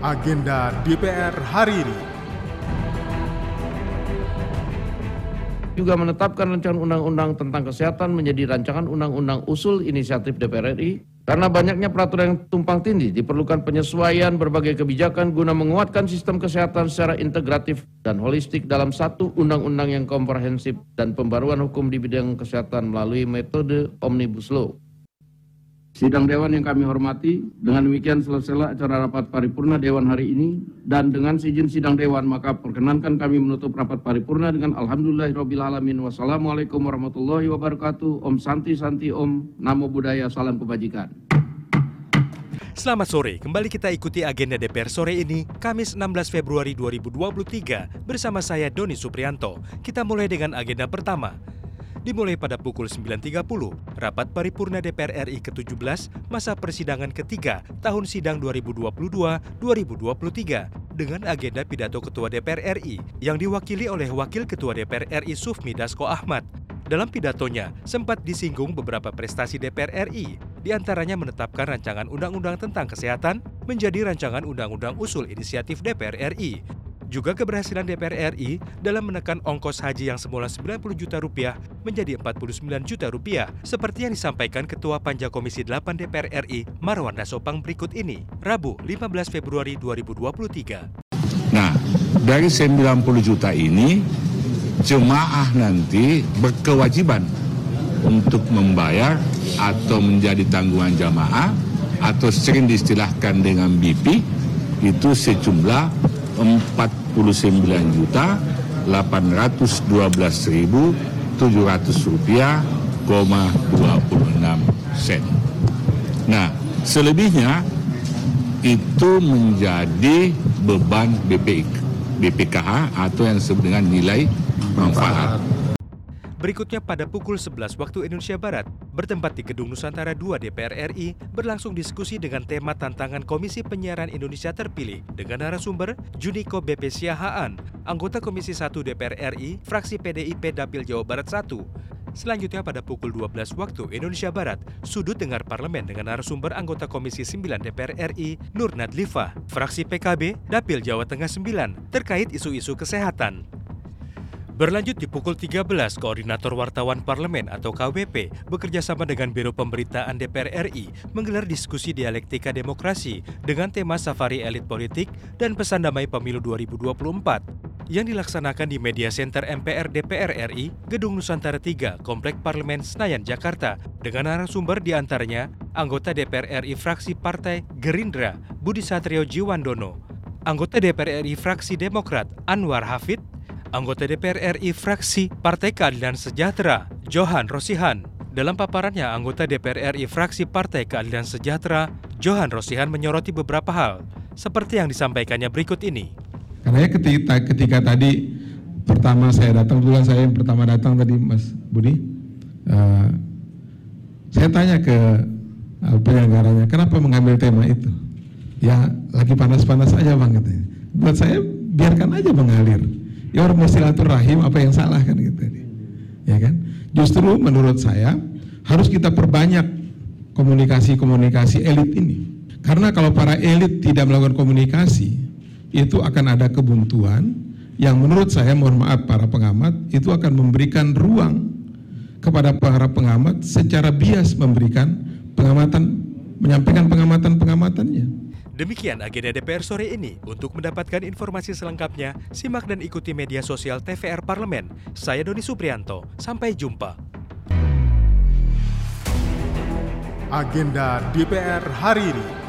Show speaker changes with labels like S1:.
S1: Agenda DPR hari ini.
S2: Juga menetapkan rancangan undang-undang tentang kesehatan menjadi rancangan undang-undang usul inisiatif DPR RI. Karena banyaknya peraturan yang tumpang tindih, diperlukan penyesuaian berbagai kebijakan guna menguatkan sistem kesehatan secara integratif dan holistik dalam satu undang-undang yang komprehensif dan pembaruan hukum di bidang kesehatan melalui metode Omnibus Law. Sidang Dewan yang kami hormati, dengan demikian selesailah acara rapat paripurna Dewan hari ini, dan dengan seizin Sidang Dewan maka perkenankan kami menutup rapat paripurna dengan Alhamdulillahirrahmanirrahim. Wassalamualaikum warahmatullahi wabarakatuh. Om Santi Santi Om, Namo Buddhaya, salam kebajikan.
S3: Selamat sore, kembali kita ikuti agenda DPR sore ini, Kamis 16 Februari 2023, bersama saya Doni Suprianto. Kita mulai dengan agenda pertama. Dimulai pada pukul 9.30, rapat paripurna DPR RI ke-17 masa persidangan ketiga tahun sidang 2022-2023 dengan agenda pidato Ketua DPR RI yang diwakili oleh Wakil Ketua DPR RI Sufmi Dasko Ahmad. Dalam pidatonya sempat disinggung beberapa prestasi DPR RI, diantaranya menetapkan rancangan undang-undang tentang kesehatan menjadi rancangan undang-undang usul inisiatif DPR RI. Juga keberhasilan DPR RI dalam menekan ongkos haji yang semula Rp90 juta menjadi Rp49 juta, seperti yang disampaikan Ketua Panja Komisi 8 DPR RI Marwan Dasopang berikut ini, Rabu 15 Februari 2023.
S4: Nah, dari 90 juta ini, jemaah nanti berkewajiban untuk membayar atau menjadi tanggungan jamaah atau sering diistilahkan dengan BP, itu sejumlah Rp41.712.700,26. Nah, selebihnya itu menjadi beban BPKH atau yang disebut dengan nilai manfaat.
S3: Berikutnya pada pukul 11 waktu Indonesia Barat, bertempat di Gedung Nusantara 2 DPR RI, berlangsung diskusi dengan tema tantangan Komisi Penyiaran Indonesia terpilih dengan narasumber Juniko BP Siahaan, anggota Komisi 1 DPR RI, fraksi PDIP Dapil Jawa Barat 1. Selanjutnya pada pukul 12 waktu Indonesia Barat, sudut dengar parlemen dengan narasumber anggota Komisi 9 DPR RI, Nur Nadlifah, fraksi PKB Dapil Jawa Tengah 9, terkait isu-isu kesehatan. Berlanjut di pukul 13, Koordinator Wartawan Parlemen atau KWP bekerjasama dengan Biro Pemberitaan DPR RI menggelar diskusi dialektika demokrasi dengan tema Safari Elit Politik dan Pesan Damai Pemilu 2024 yang dilaksanakan di Media Center MPR DPR RI, Gedung Nusantara 3, Komplek Parlemen Senayan, Jakarta, dengan narasumber diantaranya anggota DPR RI fraksi Partai Gerindra Budi Satrio Jiwandono, anggota DPR RI fraksi Demokrat Anwar Hafid, anggota DPR RI fraksi Partai Keadilan Sejahtera, Johan Rosihan. Dalam paparannya, anggota DPR RI fraksi Partai Keadilan Sejahtera, Johan Rosihan menyoroti beberapa hal, seperti yang disampaikannya berikut ini.
S5: Karena ketika tadi pertama saya datang, bulan saya yang pertama datang tadi Mas Budi, saya tanya ke penyelenggaranya, kenapa mengambil tema itu? Ya lagi panas-panas aja Bang katanya. Buat saya biarkan aja mengalir. Ya orang mau silaturahim, apa yang salah kan gitu, ya kan? Justru menurut saya harus kita perbanyak komunikasi elit ini, karena kalau para elit tidak melakukan komunikasi, itu akan ada kebuntuan yang menurut saya, mohon maaf para pengamat, itu akan memberikan ruang kepada para pengamat secara bias memberikan pengamatan, menyampaikan pengamatannya.
S3: Demikian agenda DPR sore ini. Untuk mendapatkan informasi selengkapnya, simak dan ikuti media sosial TVR Parlemen. Saya Doni Suprianto. Sampai jumpa.
S1: Agenda DPR hari ini.